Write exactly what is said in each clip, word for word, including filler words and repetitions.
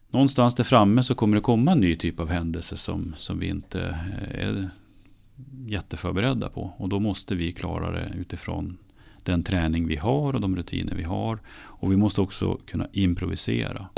någonstans där framme så kommer det komma en ny typ av händelse som, som vi inte är jätteförberedda på. Och då måste vi klara det utifrån den träning vi har och de rutiner vi har. Och vi måste också kunna improvisera.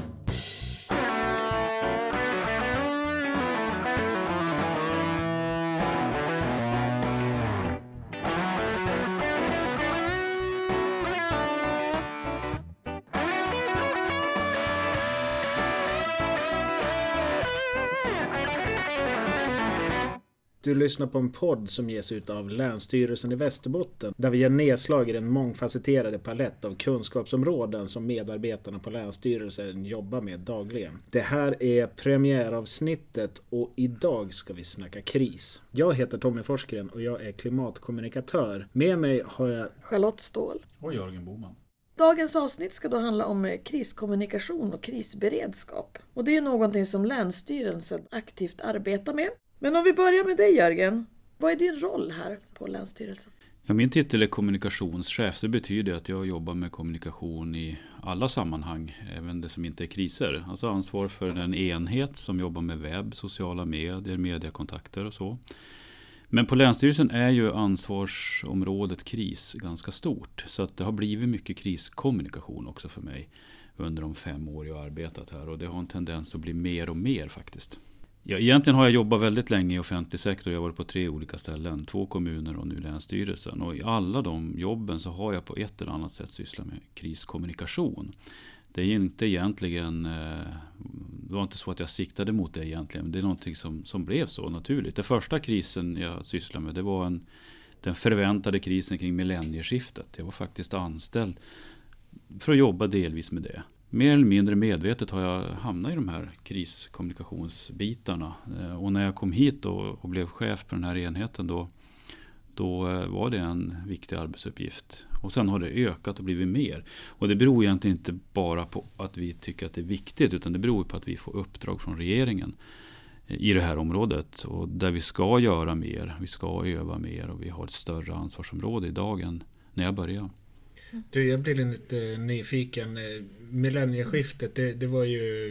Du lyssnar på en podd som ges ut av Länsstyrelsen i Västerbotten, där vi ger nedslag i den mångfacetterade palett av kunskapsområden som medarbetarna på Länsstyrelsen jobbar med dagligen. Det här är premiäravsnittet och idag ska vi snacka kris. Jag heter Tommy Forsgren och jag är klimatkommunikatör. Med mig har jag Charlotte Ståhl och Jörgen Boman. Dagens avsnitt ska då handla om kriskommunikation och krisberedskap. Och det är någonting som Länsstyrelsen aktivt arbetar med. Men om vi börjar med dig, Jörgen, vad är din roll här på Länsstyrelsen? Ja, min titel är kommunikationschef. Det betyder att jag jobbar med kommunikation i alla sammanhang, även det som inte är kriser. Alltså ansvar för den enhet som jobbar med webb, sociala medier, mediekontakter och så. Men på Länsstyrelsen är ju ansvarsområdet kris ganska stort. Så att det har blivit mycket kriskommunikation också för mig under de fem år jag har arbetat här. Och det har en tendens att bli mer och mer faktiskt. Ja, egentligen har jag jobbat väldigt länge i offentlig sektor. Jag har varit på tre olika ställen. Två kommuner och nu Länsstyrelsen. Och i alla de jobben så har jag på ett eller annat sätt sysslat med kriskommunikation. Det är inte egentligen... Det var inte så att jag siktade mot det egentligen. Det är någonting som, som blev så naturligt. Den första krisen jag sysslade med, det var en, den förväntade krisen kring millennieskiftet. Jag var faktiskt anställd för att jobba delvis med det. Mer eller mindre medvetet har jag hamnat i de här kriskommunikationsbitarna. Och när jag kom hit och, och blev chef på den här enheten då, då var det en viktig arbetsuppgift. Och sen har det ökat och blivit mer. Och det beror egentligen inte bara på att vi tycker att det är viktigt, utan det beror på att vi får uppdrag från regeringen i det här området. Och där vi ska göra mer, vi ska öva mer och vi har ett större ansvarsområde idag än när jag började. Du, jag blir lite nyfiken. Millennieskiftet, det, det var ju...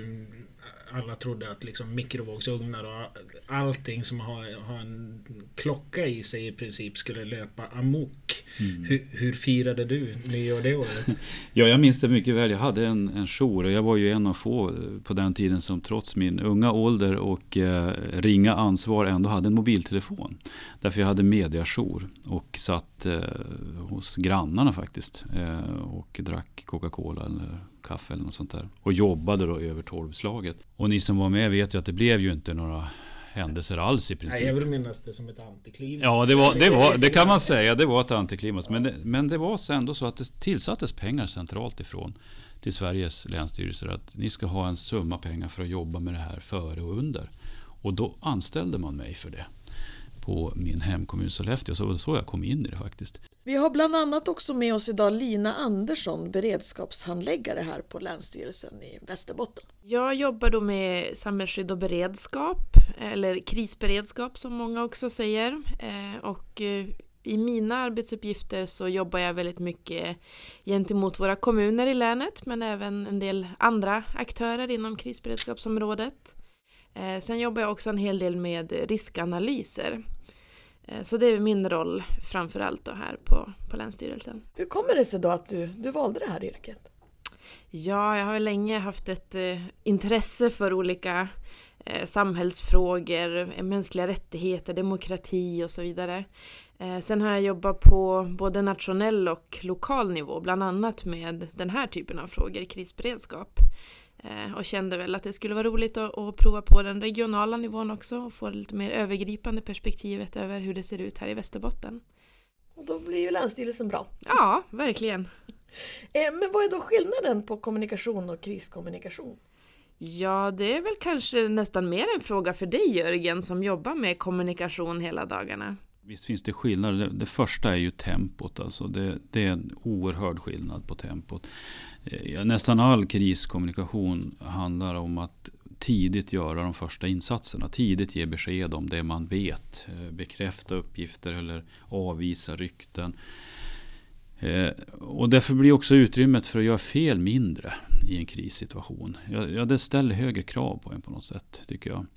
Alla trodde att liksom mikrovågsugnar och allting som har, har en klocka i sig i princip skulle löpa amok. Mm. Hur, hur firade du nyår det året? Ja, jag minns det mycket väl. Jag hade en, en jour och jag var ju en av få på den tiden som trots min unga ålder och eh, ringa ansvar ändå hade en mobiltelefon. Därför jag hade mediajour och satt eh, hos grannarna faktiskt eh, och drack Coca-Cola eller kaffe eller något sånt där. Och jobbade då över tolvslaget. Och ni som var med vet ju att det blev ju inte några händelser alls i princip. Nej, jag vill minnas det som ett antiklimax. Ja, det, var, det, var, det kan man säga. Det var ett antiklimax. Men det, men det var ändå så att det tillsattes pengar centralt ifrån till Sveriges länsstyrelser att ni ska ha en summa pengar för att jobba med det här före och under. Och då anställde man mig för det på min hemkommun Sollefteå. Så så jag kom in i det faktiskt. Vi har bland annat också med oss idag Lina Andersson, beredskapshandläggare här på Länsstyrelsen i Västerbotten. Jag jobbar då med samhällsskydd och beredskap, eller krisberedskap som många också säger. Och i mina arbetsuppgifter så jobbar jag väldigt mycket gentemot våra kommuner i länet, men även en del andra aktörer inom krisberedskapsområdet. Sen jobbar jag också en hel del med riskanalyser. Så det är min roll framförallt då här på, på Länsstyrelsen. Hur kommer det sig då att du, du valde det här yrket? Ja, jag har länge haft ett eh, intresse för olika eh, samhällsfrågor, mänskliga rättigheter, demokrati och så vidare. Eh, sen har jag jobbat på både nationell och lokal nivå, bland annat med den här typen av frågor, krisberedskap. Och kände väl att det skulle vara roligt att, att prova på den regionala nivån också och få lite mer övergripande perspektivet över hur det ser ut här i Västerbotten. Och då blir ju Länsstyrelsen bra. Ja, verkligen. Men vad är då skillnaden på kommunikation och kriskommunikation? Ja, det är väl kanske nästan mer en fråga för dig, Jörgen, som jobbar med kommunikation hela dagarna. Visst finns det skillnader. Det, det första är ju tempot. Alltså det, det är en oerhörd skillnad på tempot. Nästan all kriskommunikation handlar om att tidigt göra de första insatserna. Tidigt ge besked om det man vet. Bekräfta uppgifter eller avvisa rykten. Eh, och därför blir också utrymmet för att göra fel mindre i en krissituation. Ja, ja, det ställer högre krav på en på något sätt, tycker jag.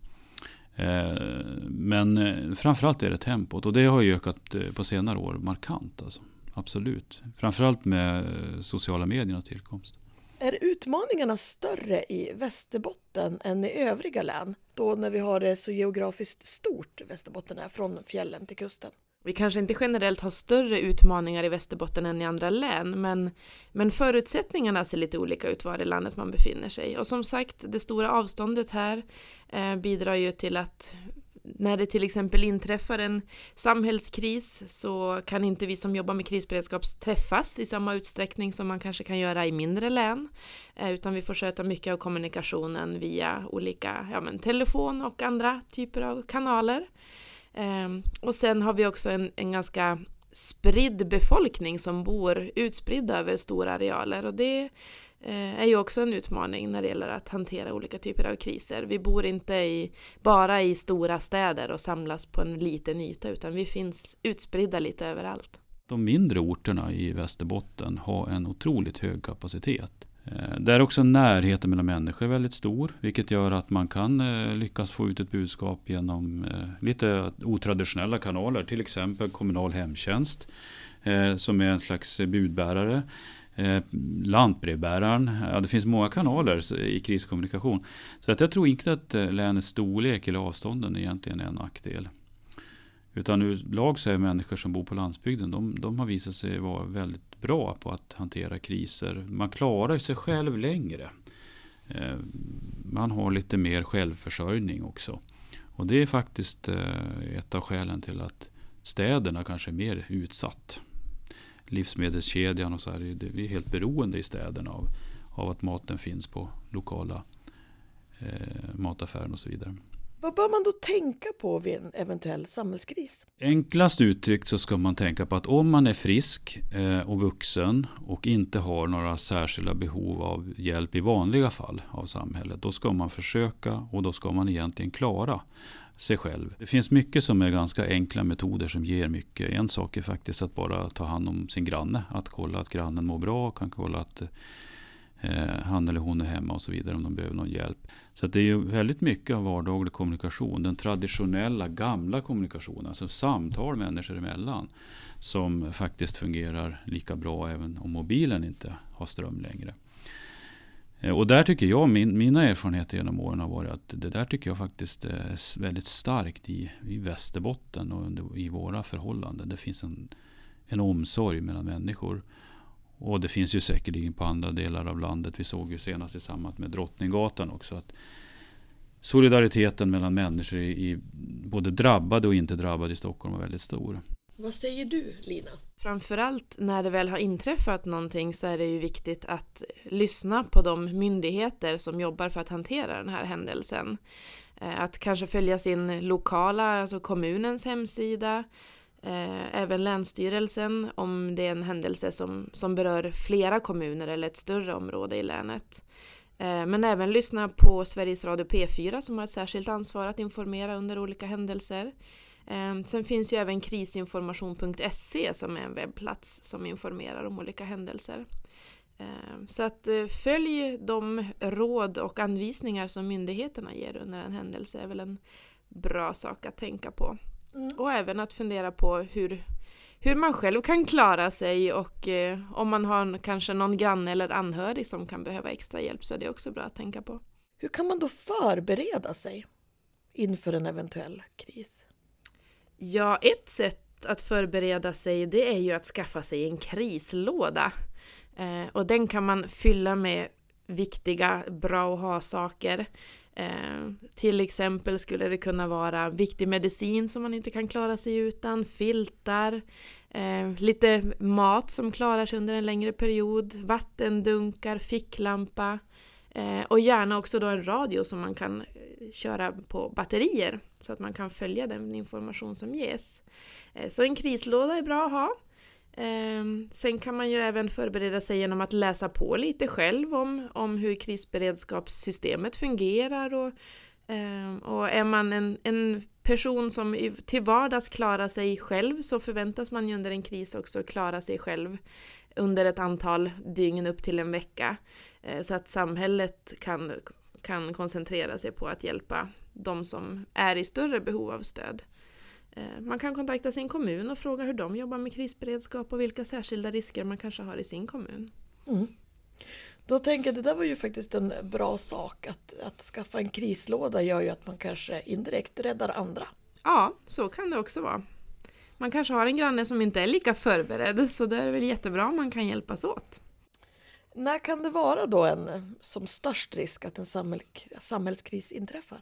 Eh, men eh, framförallt är det tempot, och det har ju ökat eh, på senare år markant. Alltså. Absolut. Framförallt med eh, sociala mediernas tillkomst. Är utmaningarna större i Västerbotten än i övriga län? Då när vi har det så geografiskt stort Västerbotten är, från fjällen till kusten. Vi kanske inte generellt har större utmaningar i Västerbotten än i andra län, men, men förutsättningarna ser lite olika ut var i landet man befinner sig. Och som sagt, det stora avståndet här eh, bidrar ju till att när det till exempel inträffar en samhällskris så kan inte vi som jobbar med krisberedskap träffas i samma utsträckning som man kanske kan göra i mindre län. Eh, utan vi får sköta mycket av kommunikationen via olika ja, men, telefon och andra typer av kanaler. Um, och sen har vi också en, en ganska spridd befolkning som bor utspridda över stora arealer, och det uh, är ju också en utmaning när det gäller att hantera olika typer av kriser. Vi bor inte i, bara i stora städer och samlas på en liten yta, utan vi finns utspridda lite överallt. De mindre orterna i Västerbotten har en otroligt hög kapacitet. Där är också närheten mellan människor väldigt stor, vilket gör att man kan eh, lyckas få ut ett budskap genom eh, lite otraditionella kanaler, till exempel kommunal hemtjänst eh, som är en slags budbärare, eh, lantbrevbäraren. Ja, det finns många kanaler i kriskommunikation. Så att jag tror inte att eh, länets storlek eller avstånden egentligen är en nackdel. Utan ur lag så är människor som bor på landsbygden, de, de har visat sig vara väldigt bra på att hantera kriser. Man klarar sig själv längre. Eh, man har lite mer självförsörjning också. Och det är faktiskt eh, ett av skälen till att städerna kanske är mer utsatt. Livsmedelskedjan och så här, det, vi är helt beroende i städerna av, av att maten finns på lokala eh, mataffärer och så vidare. Vad bör man då tänka på vid en eventuell samhällskris? Enklast uttryckt så ska man tänka på att om man är frisk och vuxen och inte har några särskilda behov av hjälp i vanliga fall av samhället, då ska man försöka och då ska man egentligen klara sig själv. Det finns mycket som är ganska enkla metoder som ger mycket. En sak är faktiskt att bara ta hand om sin granne, att kolla att grannen mår bra, kan kolla att eh, han eller hon är hemma och så vidare om de behöver någon hjälp. Så att det är ju väldigt mycket av vardaglig kommunikation, den traditionella gamla kommunikationen, alltså samtal människor emellan, som faktiskt fungerar lika bra även om mobilen inte har ström längre. Och där tycker jag, min, mina erfarenheter genom åren har varit att det där tycker jag faktiskt är väldigt starkt i, i Västerbotten och under, i våra förhållanden. Det finns en, en omsorg mellan människor. Och det finns ju säkerligen på andra delar av landet. Vi såg ju senast i samband med Drottninggatan också att solidariteten mellan människor i, i både drabbade och inte drabbade i Stockholm var väldigt stor. Vad säger du, Lina? Framförallt när det väl har inträffat någonting så är det ju viktigt att lyssna på de myndigheter som jobbar för att hantera den här händelsen. Att kanske följa sin lokala, alltså kommunens hemsida, även länsstyrelsen om det är en händelse som, som berör flera kommuner eller ett större område i länet. Men även lyssna på Sveriges Radio P fyra som har ett särskilt ansvar att informera under olika händelser. Sen finns ju även krisinformation punkt se som är en webbplats som informerar om olika händelser. Så att följ de råd och anvisningar som myndigheterna ger under en händelse är väl en bra sak att tänka på. Mm. Och även att fundera på hur, hur man själv kan klara sig och eh, om man har kanske någon granne eller anhörig som kan behöva extra hjälp så är det också bra att tänka på. Hur kan man då förbereda sig inför en eventuell kris? Ja, ett sätt att förbereda sig det är ju att skaffa sig en krislåda. Eh, och den kan man fylla med viktiga, bra att ha saker. Eh, till exempel skulle det kunna vara viktig medicin som man inte kan klara sig utan, filtar, eh, lite mat som klarar sig under en längre period, vattendunkar, ficklampa eh, och gärna också då en radio som man kan köra på batterier så att man kan följa den information som ges. Eh, så en krislåda är bra att ha. Eh, sen kan man ju även förbereda sig genom att läsa på lite själv om, om hur krisberedskapssystemet fungerar och, eh, och är man en, en person som i, till vardags klarar sig själv, så förväntas man ju under en kris också klara sig själv under ett antal dygn upp till en vecka. Eh, så att samhället kan, kan koncentrera sig på att hjälpa de som är i större behov av stöd. Eh, man kan kontakta sin kommun och fråga hur de jobbar med krisberedskap och vilka särskilda risker man kanske har i sin kommun. Mm. Då tänker jag, det där var ju faktiskt en bra sak. Att, att skaffa en krislåda gör ju att man kanske indirekt räddar andra. Ja, så kan det också vara. Man kanske har en granne som inte är lika förberedd, så det är väl jättebra om man kan hjälpas åt. När kan det vara då en som störst risk att en samhäll, samhällskris inträffar?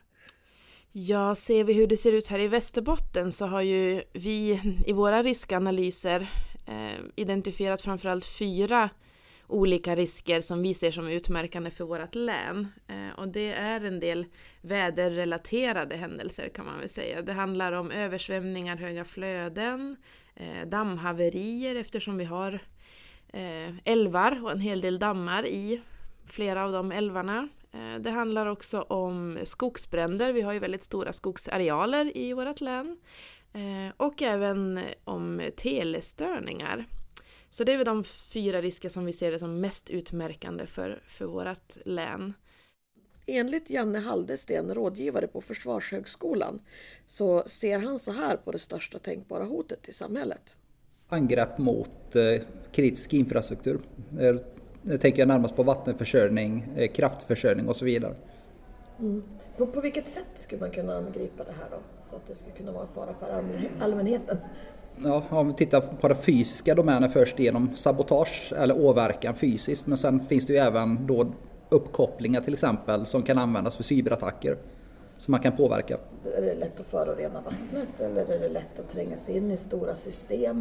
Ja, ser vi hur det ser ut här i Västerbotten så har ju vi i våra riskanalyser eh, identifierat framförallt fyra olika risker som vi ser som utmärkande för vårt län. Eh, och det är en del väderrelaterade händelser kan man väl säga. Det handlar om översvämningar, höga flöden, eh, dammhaverier eftersom vi har eh, älvar och en hel del dammar i flera av de älvarna. Eh, det handlar också om skogsbränder. Vi har ju väldigt stora skogsarealer i vårt län. Eh, och även om telestörningar. Så det är väl de fyra risker som vi ser det som mest utmärkande för, för vårt län. Enligt Janne Haldesten, rådgivare på Försvarshögskolan, så ser han så här på det största tänkbara hotet i samhället. Angrepp mot eh, kritisk infrastruktur. Eh, jag tänker jag närmast på vattenförsörjning, eh, kraftförsörjning och så vidare. Mm. På, på vilket sätt skulle man kunna angripa det här då? Så att det skulle kunna vara en fara för allmänheten? Ja, om vi tittar på den fysiska domänen först genom sabotage eller åverkan fysiskt. Men sen finns det ju även då uppkopplingar till exempel som kan användas för cyberattacker som man kan påverka. Är det lätt att förorena vattnet eller är det lätt att tränga sig in i stora system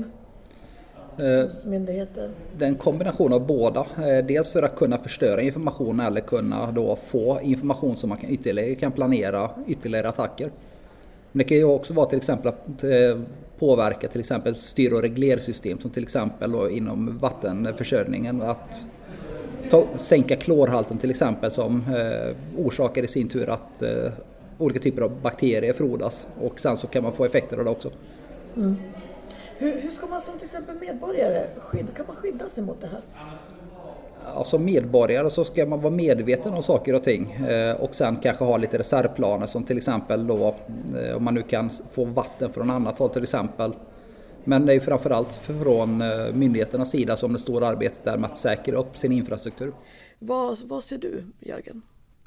hos myndigheter? Det är en kombination av båda. Dels för att kunna förstöra information eller kunna då få information som man kan ytterligare kan planera ytterligare attacker. Men det kan ju också vara till exempel att påverka till exempel styr- och reglersystem som till exempel då inom vattenförsörjningen. Att ta, sänka klorhalten till exempel som eh, orsakar i sin tur att eh, olika typer av bakterier frodas. Och sen så kan man få effekter av det också. Mm. Hur, hur ska man som till exempel medborgare skydda, kan man skydda sig mot det här? Ja, som medborgare så ska man vara medveten om saker och ting eh, och sen kanske ha lite reservplaner som till exempel då eh, om man nu kan få vatten från annat håll till exempel. Men det är ju framförallt från eh, myndigheternas sida som det stora arbetet där med att säkra upp sin infrastruktur. Vad, vad ser du, Jörgen?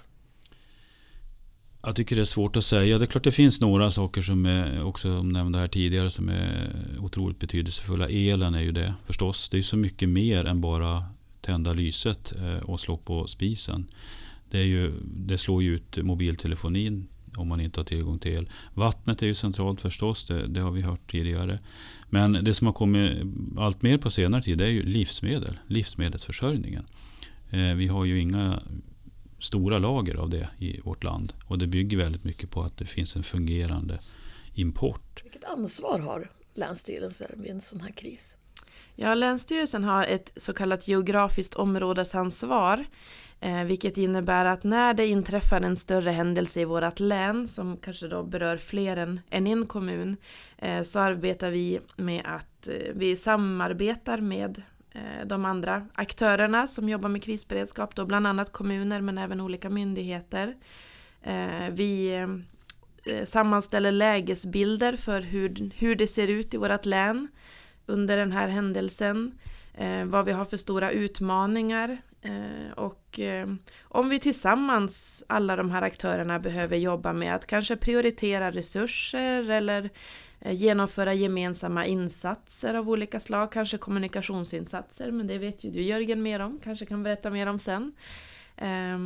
Jag tycker det är svårt att säga. Det är klart det finns några saker som är också nämnda här tidigare som är otroligt betydelsefulla. Elen är ju det förstås. Det är ju så mycket mer än bara tända lyset och slå på spisen. Det, är ju, det slår ju ut mobiltelefonin om man inte har tillgång till el. Vattnet är ju centralt förstås, det, det har vi hört tidigare. Men det som har kommit allt mer på senare tid är ju livsmedel, livsmedelsförsörjningen. Vi har ju inga stora lager av det i vårt land och det bygger väldigt mycket på att det finns en fungerande import. Vilket ansvar har Länsstyrelsen vid en sån här kris? Ja, Länsstyrelsen har ett så kallat geografiskt områdesansvar, eh, vilket innebär att när det inträffar en större händelse i vårt län som kanske då berör fler än, än en kommun eh, så arbetar vi med att eh, vi samarbetar med eh, de andra aktörerna som jobbar med krisberedskap, då bland annat kommuner men även olika myndigheter. Eh, vi eh, sammanställer lägesbilder för hur, hur det ser ut i vårt län under den här händelsen, eh, vad vi har för stora utmaningar eh, och eh, om vi tillsammans, alla de här aktörerna, behöver jobba med att kanske prioritera resurser eller eh, genomföra gemensamma insatser av olika slag, kanske kommunikationsinsatser, men det vet ju du Jörgen mer om, kanske kan berätta mer om sen. Eh,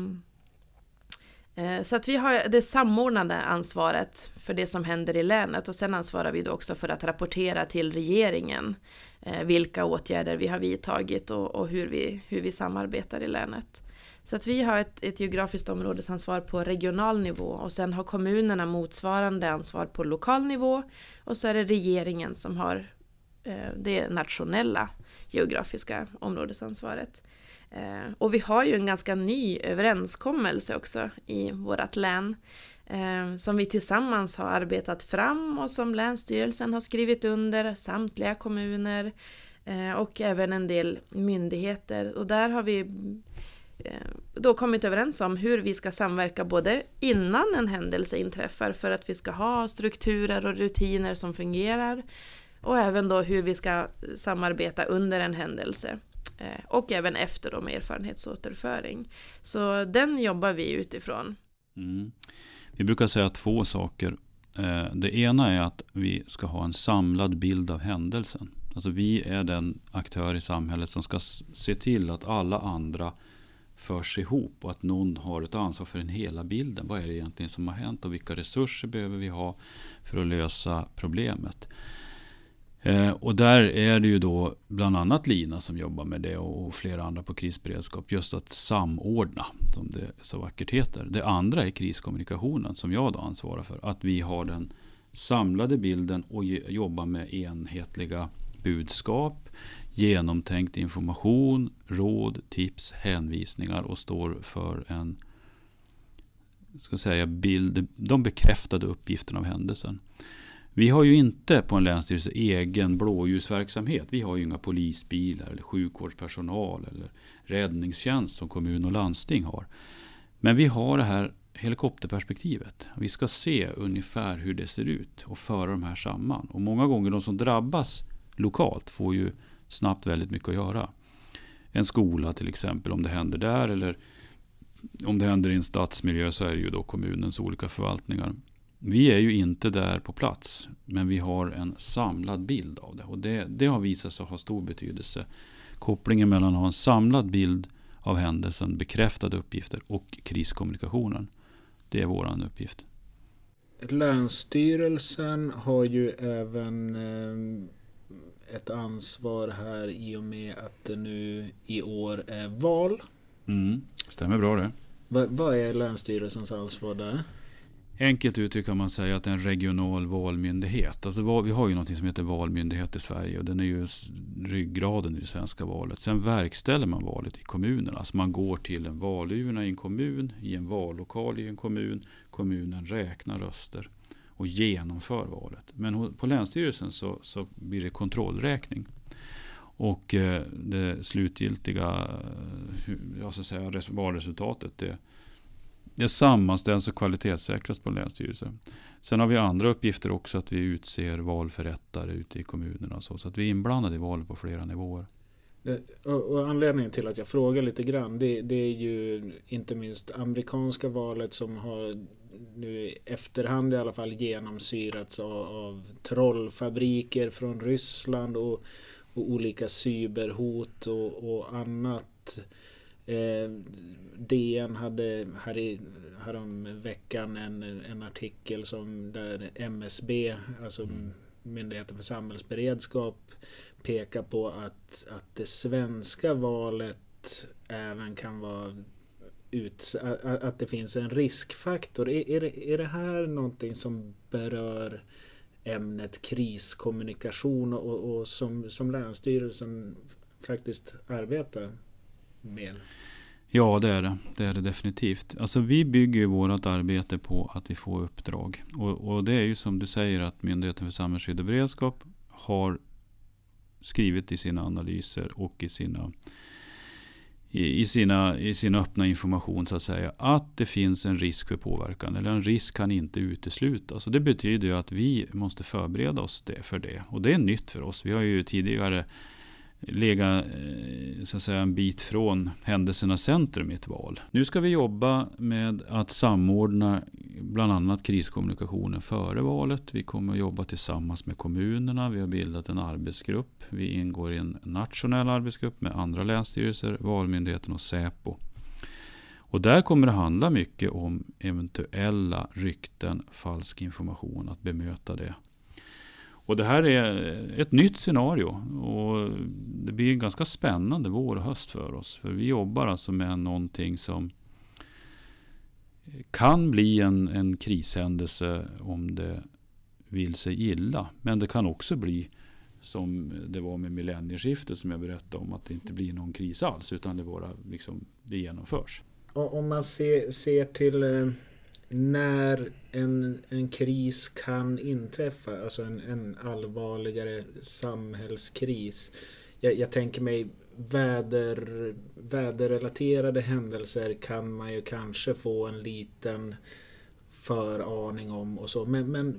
Så att vi har det samordnande ansvaret för det som händer i länet och sen ansvarar vi då också för att rapportera till regeringen eh, vilka åtgärder vi har vidtagit och, och hur, vi, hur vi samarbetar i länet. Så att vi har ett, ett geografiskt områdesansvar på regional nivå och sen har kommunerna motsvarande ansvar på lokal nivå och så är det regeringen som har eh, det nationella geografiska områdesansvaret. Och vi har ju en ganska ny överenskommelse också i vårt län eh, som vi tillsammans har arbetat fram och som Länsstyrelsen har skrivit under, samtliga kommuner eh, och även en del myndigheter. Och där har vi eh, då kommit överens om hur vi ska samverka både innan en händelse inträffar för att vi ska ha strukturer och rutiner som fungerar, och även då hur vi ska samarbeta under en händelse. Och även efter då med erfarenhetsåterföring. Så den jobbar vi utifrån. Mm. Vi brukar säga två saker. Det ena är att vi ska ha en samlad bild av händelsen. Alltså vi är den aktör i samhället som ska se till att alla andra förs ihop och att någon har ett ansvar för den hela bilden. Vad är det egentligen som har hänt och vilka resurser behöver vi ha för att lösa problemet? Eh, och där är det ju då bland annat Lina som jobbar med det och flera andra på krisberedskap, just att samordna, som det så vackert heter. Det andra är kriskommunikationen som jag då ansvarar för, att vi har den samlade bilden och jobbar med enhetliga budskap, genomtänkt information, råd, tips, hänvisningar och står för en, ska säga, bild, de bekräftade uppgifterna av händelsen. Vi har ju inte på en länsstyrelse egen blåljusverksamhet. Vi har ju inga polisbilar eller sjukvårdspersonal eller räddningstjänst som kommun och landsting har. Men vi har det här helikopterperspektivet. Vi ska se ungefär hur det ser ut och föra de här samman. Och många gånger de som drabbas lokalt får ju snabbt väldigt mycket att göra. En skola till exempel, om det händer där, eller om det händer i en stadsmiljö så är det ju då kommunens olika förvaltningar. Vi är ju inte där på plats, men vi har en samlad bild av det. Och det, det har visat sig ha stor betydelse. Kopplingen mellan att ha en samlad bild av händelsen, bekräftade uppgifter och kriskommunikationen. Det är våran uppgift. Länsstyrelsen har ju även eh, ett ansvar här i och med att det nu i år är val. Mm, stämmer bra det. Va, vad är Länsstyrelsens ansvar där? Enkelt uttryck kan man säga att det är en regional valmyndighet. Alltså, vi har ju något som heter valmyndighet i Sverige och den är ju ryggraden i det svenska valet. Sen verkställer man valet i kommunerna. Alltså man går till en valurna i en kommun, i en vallokal i en kommun. Kommunen räknar röster och genomför valet. Men på Länsstyrelsen så, så blir det kontrollräkning. Och eh, det slutgiltiga jag ska säga, valresultatet det Det sammanställs och kvalitetssäkras på Länsstyrelsen. Sen har vi andra uppgifter också, att vi utser valförrättare ute i kommunerna. Så, så att vi är inblandade i val på flera nivåer. Och, och anledningen till att jag frågar lite grann, det, det är ju inte minst amerikanska valet som har nu i efterhand i alla fall genomsyrats av, av trollfabriker från Ryssland och, och olika cyberhot och, och annat. Eh, D N hade här i, härom veckan en, en artikel som där M S B, alltså mm. Myndigheten för samhällsberedskap, pekar på att, att det svenska valet även kan vara ut, att, att det finns en riskfaktor. Är, är, det, är det här någonting som berör ämnet kriskommunikation och, och som, som Länsstyrelsen faktiskt arbetar med? Ja, det är det. Det är det definitivt. Alltså vi bygger ju vårt arbete på att vi får uppdrag. Och, och det är ju som du säger att Myndigheten för samhällsskydd och beredskap har skrivit i sina analyser och i sina, i, i sina, i sin öppna information så att säga, att det finns en risk för påverkan. Eller en risk kan inte uteslutas. Så det betyder ju att vi måste förbereda oss för det. Och det är nytt för oss. Vi har ju tidigare lägga så att säga, en bit från händelsernas centrum i ett val. Nu ska vi jobba med att samordna bland annat kriskommunikationen före valet. Vi kommer att jobba tillsammans med kommunerna. Vi har bildat en arbetsgrupp. Vi ingår i en nationell arbetsgrupp med andra länsstyrelser, Valmyndigheten och Säpo. Och där kommer det handla mycket om eventuella rykten, falsk information, att bemöta det. Och det här är ett nytt scenario och det blir en ganska spännande vår och höst för oss. För vi jobbar alltså med någonting som kan bli en, en krishändelse om det vill sig illa. Men det kan också bli som det var med millennieskiftet som jag berättade om, att det inte blir någon kris alls utan det bara liksom, det genomförs. Och om man ser, ser till när en, en kris kan inträffa, alltså en, en allvarligare samhällskris. Jag, jag tänker mig väder, väderrelaterade händelser kan man ju kanske få en liten föraning om och så. Men, men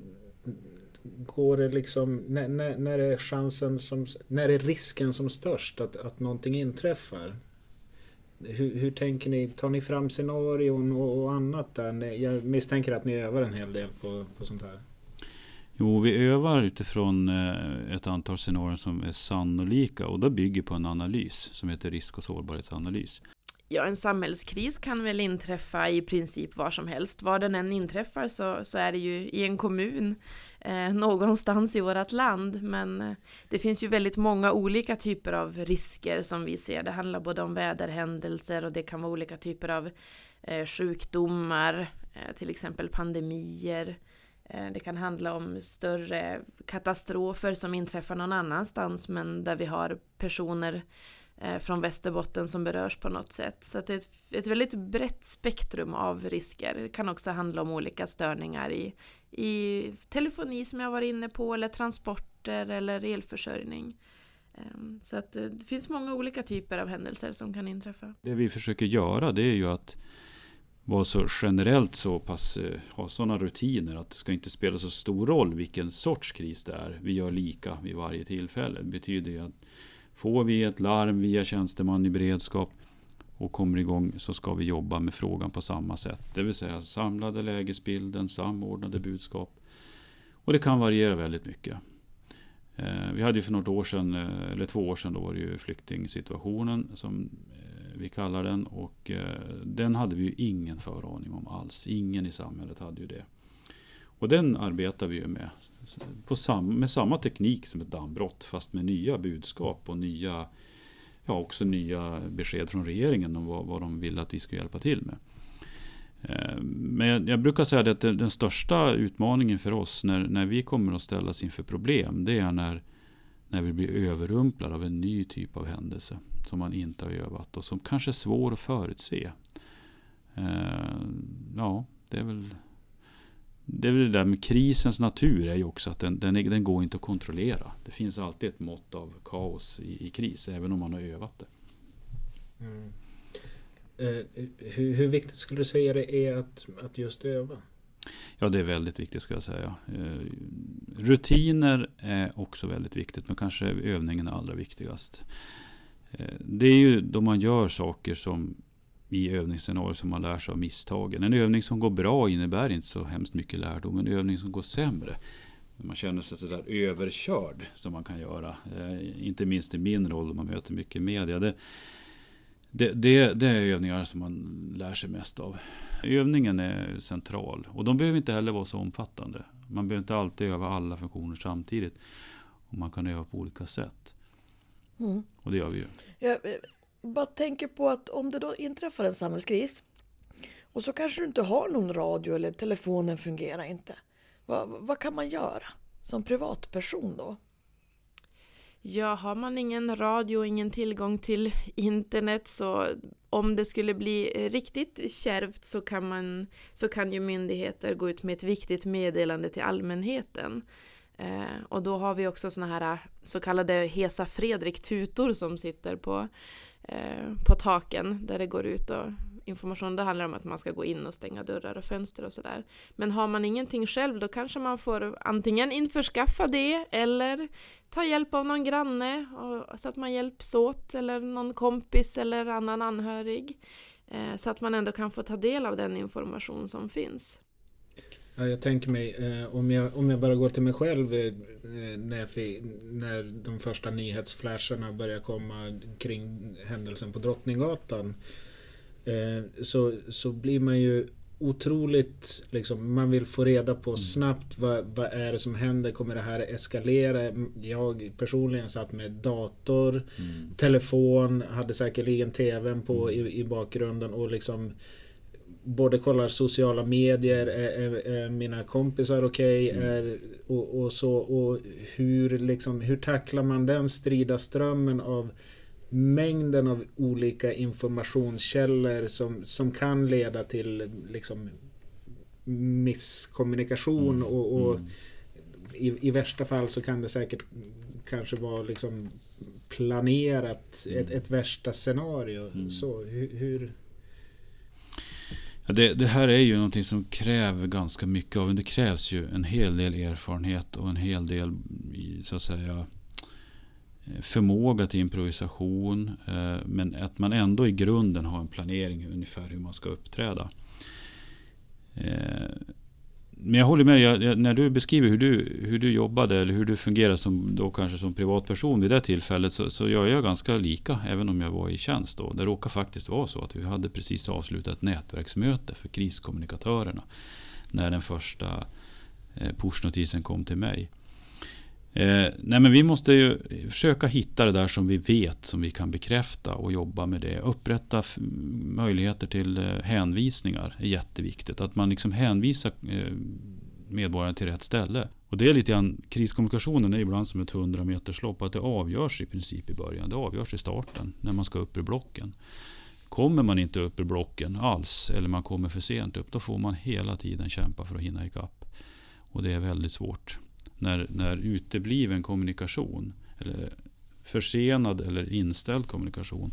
går det liksom, när, när, när är chansen som, när är risken som störst att, att någonting inträffar? Hur, hur tänker ni? Tar ni fram scenarion och, och annat där? Jag misstänker att ni övar en hel del på, på sånt här. Jo, vi övar utifrån ett antal scenarier som är sannolika och då bygger på en analys som heter risk- och sårbarhetsanalys. Ja, en samhällskris kan väl inträffa i princip var som helst. Var den än inträffar så, så är det ju i en kommun eh, någonstans i vårt land. Men eh, det finns ju väldigt många olika typer av risker som vi ser. Det handlar både om väderhändelser och det kan vara olika typer av eh, sjukdomar, eh, till exempel pandemier. Eh, det kan handla om större katastrofer som inträffar någon annanstans men där vi har personer från Västerbotten som berörs på något sätt. Så att det är ett, ett väldigt brett spektrum av risker. Det kan också handla om olika störningar i, i telefoni som jag var inne på, eller transporter eller elförsörjning. Så att det finns många olika typer av händelser som kan inträffa. Det vi försöker göra det är ju att vara så generellt så pass, ha sådana rutiner att det ska inte spela så stor roll vilken sorts kris det är. Vi gör lika vid varje tillfälle. Det betyder ju att får vi ett larm via tjänsteman i beredskap och kommer igång så ska vi jobba med frågan på samma sätt. Det vill säga samlade lägesbilden, samordnade budskap. Och det kan variera väldigt mycket. Eh, vi hade ju för något år sedan, eller två år sedan, då var det ju flyktingsituationen som eh, vi kallar den. Och eh, den hade vi ju ingen föraning om alls. Ingen i samhället hade ju det. Och den arbetar vi ju med på sam, med samma teknik som ett dammbrott fast med nya budskap och nya, ja, också nya besked från regeringen om vad, vad de vill att vi ska hjälpa till med. Eh, men jag, jag brukar säga att det, den största utmaningen för oss när, när vi kommer att ställas inför problem, det är när, när vi blir överrumplade av en ny typ av händelse som man inte har övat och som kanske är svår att förutse. Eh, ja, det är väl Det är väl det där med krisens natur är ju också att den, den, den går inte att kontrollera. Det finns alltid ett mått av kaos i, i kris även om man har övat det. Mm. Eh, hur, hur viktigt skulle du säga det är att, att just öva? Ja, det är väldigt viktigt ska jag säga. Eh, rutiner är också väldigt viktigt men kanske övningen är allra viktigast. Eh, det är ju då man gör saker som i övningsscenarier som man lär sig av misstagen. En övning som går bra innebär inte så hemskt mycket lärdom. En övning som går sämre, man känner sig så där överkörd som man kan göra. Eh, inte minst i min roll om man möter mycket media. Det, det, det, det är övningar som man lär sig mest av. Övningen är central och de behöver inte heller vara så omfattande. Man behöver inte alltid öva alla funktioner samtidigt och man kan öva på olika sätt. Mm. Och det gör vi ju. Jag bara tänker på att om det då inträffar en samhällskris och så kanske du inte har någon radio eller telefonen fungerar inte. Vad, vad kan man göra som privatperson då? Ja, har man ingen radio och ingen tillgång till internet så om det skulle bli riktigt kärvt så kan, man, så kan ju myndigheter gå ut med ett viktigt meddelande till allmänheten. Eh, och då har vi också såna här så kallade Hesa Fredrik-tutor som sitter på, eh, på taken där det går ut och information. Det handlar om att man ska gå in och stänga dörrar och fönster och sådär. Men har man ingenting själv då kanske man får antingen införskaffa det eller ta hjälp av någon granne och, så att man hjälps åt eller någon kompis eller annan anhörig. Eh, så att man ändå kan få ta del av den information som finns. Ja, jag tänker mig, eh, om, jag, om jag bara går till mig själv eh, när, jag fick, när de första nyhetsflasharna började komma kring händelsen på Drottninggatan eh, så, så blir man ju otroligt, liksom, man vill få reda på snabbt vad, vad är det som händer, kommer det här eskalera? Jag personligen satt med dator, mm. telefon, hade säkerligen tvn på mm. i, i bakgrunden och liksom både kollar sociala medier, är, är, är mina kompisar okej, okay, mm. och, och så, och hur, liksom, hur tacklar man den strida strömmen av mängden av olika informationskällor som, som kan leda till liksom misskommunikation Mm. och, och Mm. i, i värsta fall så kan det säkert kanske vara liksom planerat Mm. ett, ett värsta scenario. Mm. Så hur... hur... Ja, det, det här är ju någonting som kräver ganska mycket av en. Det krävs ju en hel del erfarenhet och en hel del så att säga förmåga till improvisation, men att man ändå i grunden har en planering ungefär hur man ska uppträda. Men jag håller med dig, när du beskriver hur du, hur du jobbade eller hur du fungerar som, då kanske som privatperson vid det tillfället, så, så gör jag ganska lika även om jag var i tjänst då. Det råkar faktiskt vara så att vi hade precis avslutat ett nätverksmöte för kriskommunikatörerna när den första eh, pushnotisen kom till mig. Eh, nej men vi måste ju försöka hitta det där som vi vet, som vi kan bekräfta och jobba med det. Upprätta f- möjligheter till eh, hänvisningar är jätteviktigt. Att man liksom hänvisar eh, medborgarna till rätt ställe. Och det är lite grann, kriskommunikationen är ibland som ett hundra meterslopp, att det avgörs i princip i början. Det avgörs i starten när man ska upp ur blocken. Kommer man inte upp ur blocken alls eller man kommer för sent upp, då får man hela tiden kämpa för att hinna ikapp. Och det är väldigt svårt. När, när utebliven kommunikation eller försenad eller inställd kommunikation,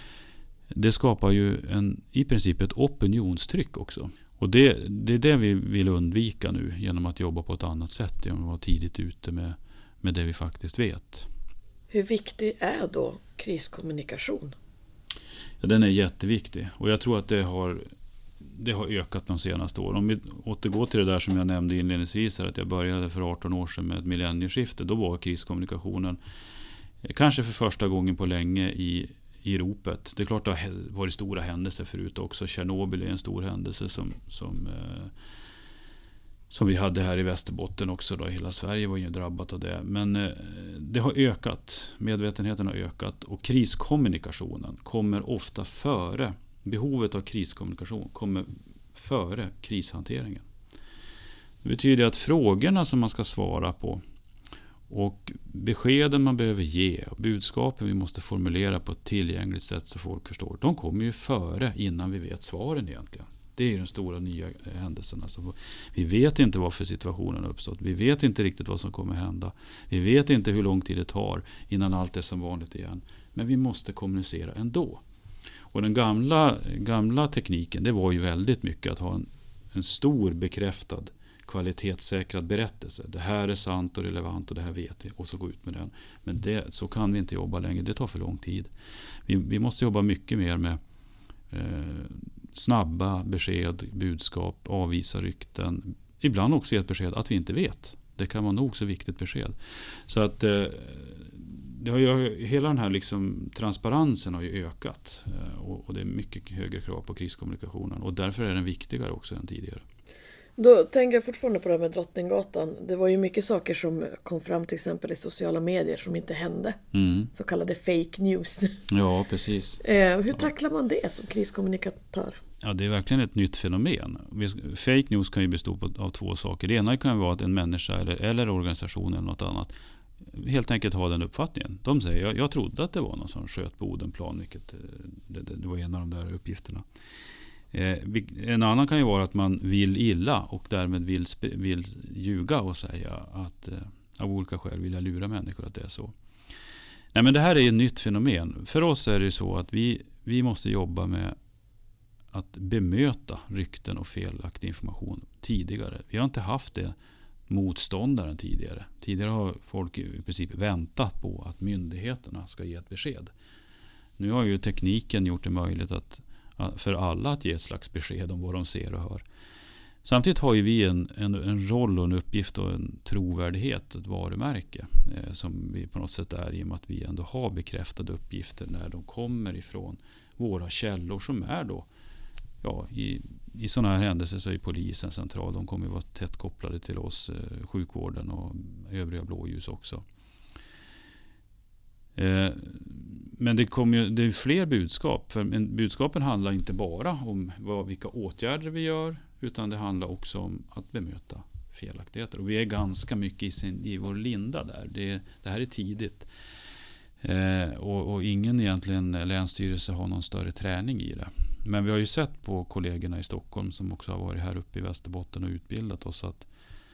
det skapar ju en, i princip ett opinionstryck också. Och det, det är det vi vill undvika nu genom att jobba på ett annat sätt, genom att vara tidigt ute med, med det vi faktiskt vet. Hur viktig är då kriskommunikation? Ja, den är jätteviktig och jag tror att det har Det har ökat de senaste åren. Om vi återgår till det där som jag nämnde inledningsvis, att jag började för arton år sedan med ett millennieskifte. Då var kriskommunikationen kanske för första gången på länge i, i ropet. Det är klart att det har varit stora händelser förut också. Tjernobyl är en stor händelse som, som, eh, som vi hade här i Västerbotten också. Då. Hela Sverige var ju drabbat av det. Men eh, det har ökat. Medvetenheten har ökat och kriskommunikationen kommer ofta före. Behovet av kriskommunikation kommer före krishanteringen. Det betyder att frågorna som man ska svara på och beskeden man behöver ge och budskapen vi måste formulera på ett tillgängligt sätt så folk förstår, de kommer ju före innan vi vet svaren egentligen. Det är ju de stora nya händelserna. Så vi vet inte varför situationen har uppstått. Vi vet inte riktigt vad som kommer hända. Vi vet inte hur lång tid det tar innan allt är som vanligt igen. Men vi måste kommunicera ändå. Och den gamla, gamla tekniken, det var ju väldigt mycket att ha en, en stor bekräftad kvalitetssäkrad berättelse. Det här är sant och relevant och det här vet vi och så gå ut med den. Men det, så kan vi inte jobba längre, det tar för lång tid. Vi, vi måste jobba mycket mer med eh, snabba besked, budskap, avvisa rykten. Ibland också ge ett besked att vi inte vet. Det kan vara nog så viktigt besked. Så att eh, det har ju, hela den här liksom, transparensen har ju ökat och, och det är mycket högre krav på kriskommunikationen och därför är den viktigare också än tidigare. Då tänker jag fortfarande på det här med Drottninggatan. Det var ju mycket saker som kom fram till exempel i sociala medier som inte hände. Mm. Så kallade fake news. Ja, precis. Eh, hur tacklar man det som kriskommunikatör? Ja, det är verkligen ett nytt fenomen. Fake news kan ju bestå av två saker. Det ena kan vara att en människa eller, eller organisation eller något annat helt enkelt har den uppfattningen. De säger, jag, jag trodde att det var någon som sköt på Odenplan, vilket det, det, det var en av de där uppgifterna. Eh, en annan kan ju vara att man vill illa och därmed vill, vill ljuga och säga att eh, av olika skäl vill jag lura människor att det är så. Nej, men det här är ett nytt fenomen. För oss är det så att vi, vi måste jobba med att bemöta rykten och felaktig information tidigare. Vi har inte haft det motståndaren tidigare. Tidigare har folk i princip väntat på att myndigheterna ska ge ett besked. Nu har ju tekniken gjort det möjligt att, för alla att ge ett slags besked om vad de ser och hör. Samtidigt har ju vi en, en, en roll och en uppgift och en trovärdighet, ett varumärke eh, som vi på något sätt är i och med att vi ändå har bekräftade uppgifter när de kommer ifrån våra källor som är då ja, i, i sådana här händelser så är polisen central. De kommer ju vara tätt kopplade till oss, eh, sjukvården och övriga blåljus också. Eh, men det, kommer ju, det är fler budskap. För men budskapen handlar inte bara om vad, vilka åtgärder vi gör utan det handlar också om att bemöta felaktigheter. Och vi är ganska mycket i, sin, i vår linda där. Det, det här är tidigt. Eh, och, och ingen egentligen länsstyrelse har någon större träning i det. Men vi har ju sett på kollegorna i Stockholm som också har varit här uppe i Västerbotten och utbildat oss att,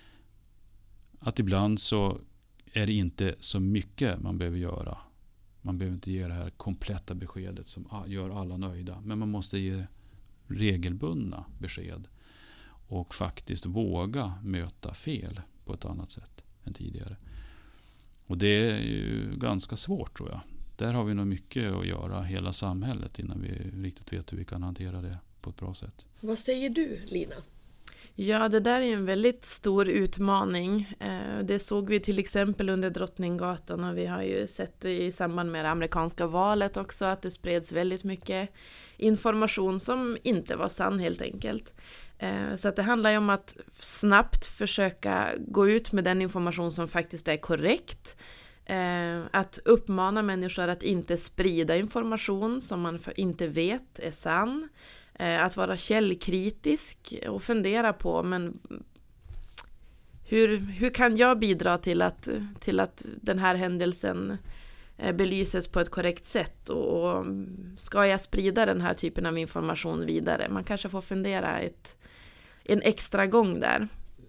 att ibland så är det inte så mycket man behöver göra. Man behöver inte ge det här kompletta beskedet som gör alla nöjda. Men man måste ge regelbundna besked och faktiskt våga möta fel på ett annat sätt än tidigare. Och det är ju ganska svårt, tror jag. Där har vi nog mycket att göra hela samhället innan vi riktigt vet hur vi kan hantera det på ett bra sätt. Vad säger du, Lina? Ja, det där är en väldigt stor utmaning. Det såg vi till exempel under Drottninggatan, och vi har ju sett i samband med det amerikanska valet också att det spreds väldigt mycket information som inte var sann helt enkelt. Så att det handlar ju om att snabbt försöka gå ut med den information som faktiskt är korrekt. Att uppmana människor att inte sprida information som man inte vet är sann. Att vara källkritisk och fundera på, men hur, hur kan jag bidra till att, till att den här händelsen belyses på ett korrekt sätt, och ska jag sprida den här typen av information vidare? Man kanske får fundera ett, en extra gång där.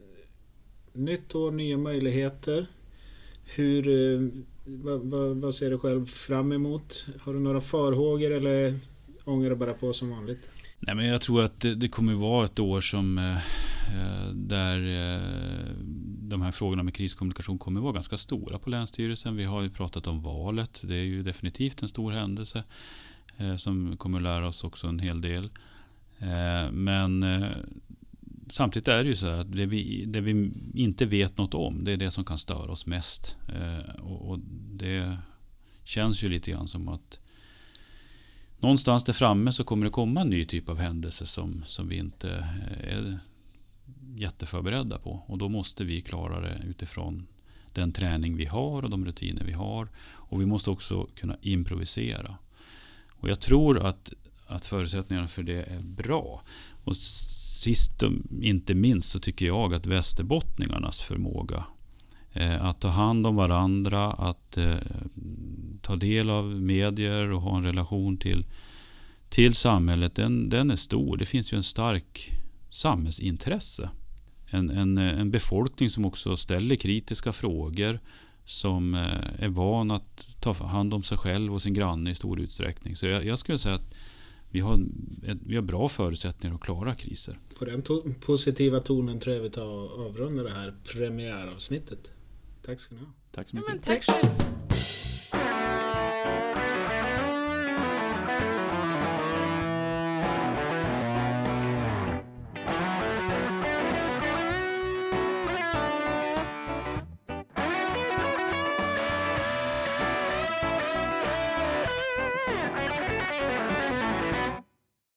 Nytt år, nya möjligheter. Hur, vad, vad, vad ser du själv fram emot? Har du några farhågor eller ångar du bara på som vanligt? Nej, men jag tror att det, det kommer vara ett år som eh, där eh, de här frågorna med kriskommunikation kommer vara ganska stora på Länsstyrelsen. Vi har ju pratat om valet. Det är ju definitivt en stor händelse eh, som kommer att lära oss också en hel del. Eh, men eh, samtidigt är det ju så att det vi, det vi inte vet något om, det är det som kan störa oss mest. Eh, och, och det känns ju lite grann som att någonstans där framme så kommer det komma en ny typ av händelse som, som vi inte är jätteförberedda på. Och då måste vi klara det utifrån den träning vi har och de rutiner vi har. Och vi måste också kunna improvisera. Och jag tror att, att förutsättningarna för det är bra. Och sist och inte minst så tycker jag att västerbottningarnas förmåga eh, att ta hand om varandra, att eh, ta del av medier och ha en relation till, till samhället, den, den är stor. Det finns ju en stark samhällsintresse. En, en, en befolkning som också ställer kritiska frågor, som är van att ta hand om sig själv och sin granne i stor utsträckning. Så jag, jag skulle säga att vi har, vi har bra förutsättningar att klara kriser. På den to- positiva tonen tror jag vi tar och avrundar det här premiäravsnittet. Tack ska ni ha. Tack så mycket. Ja, men tack själv.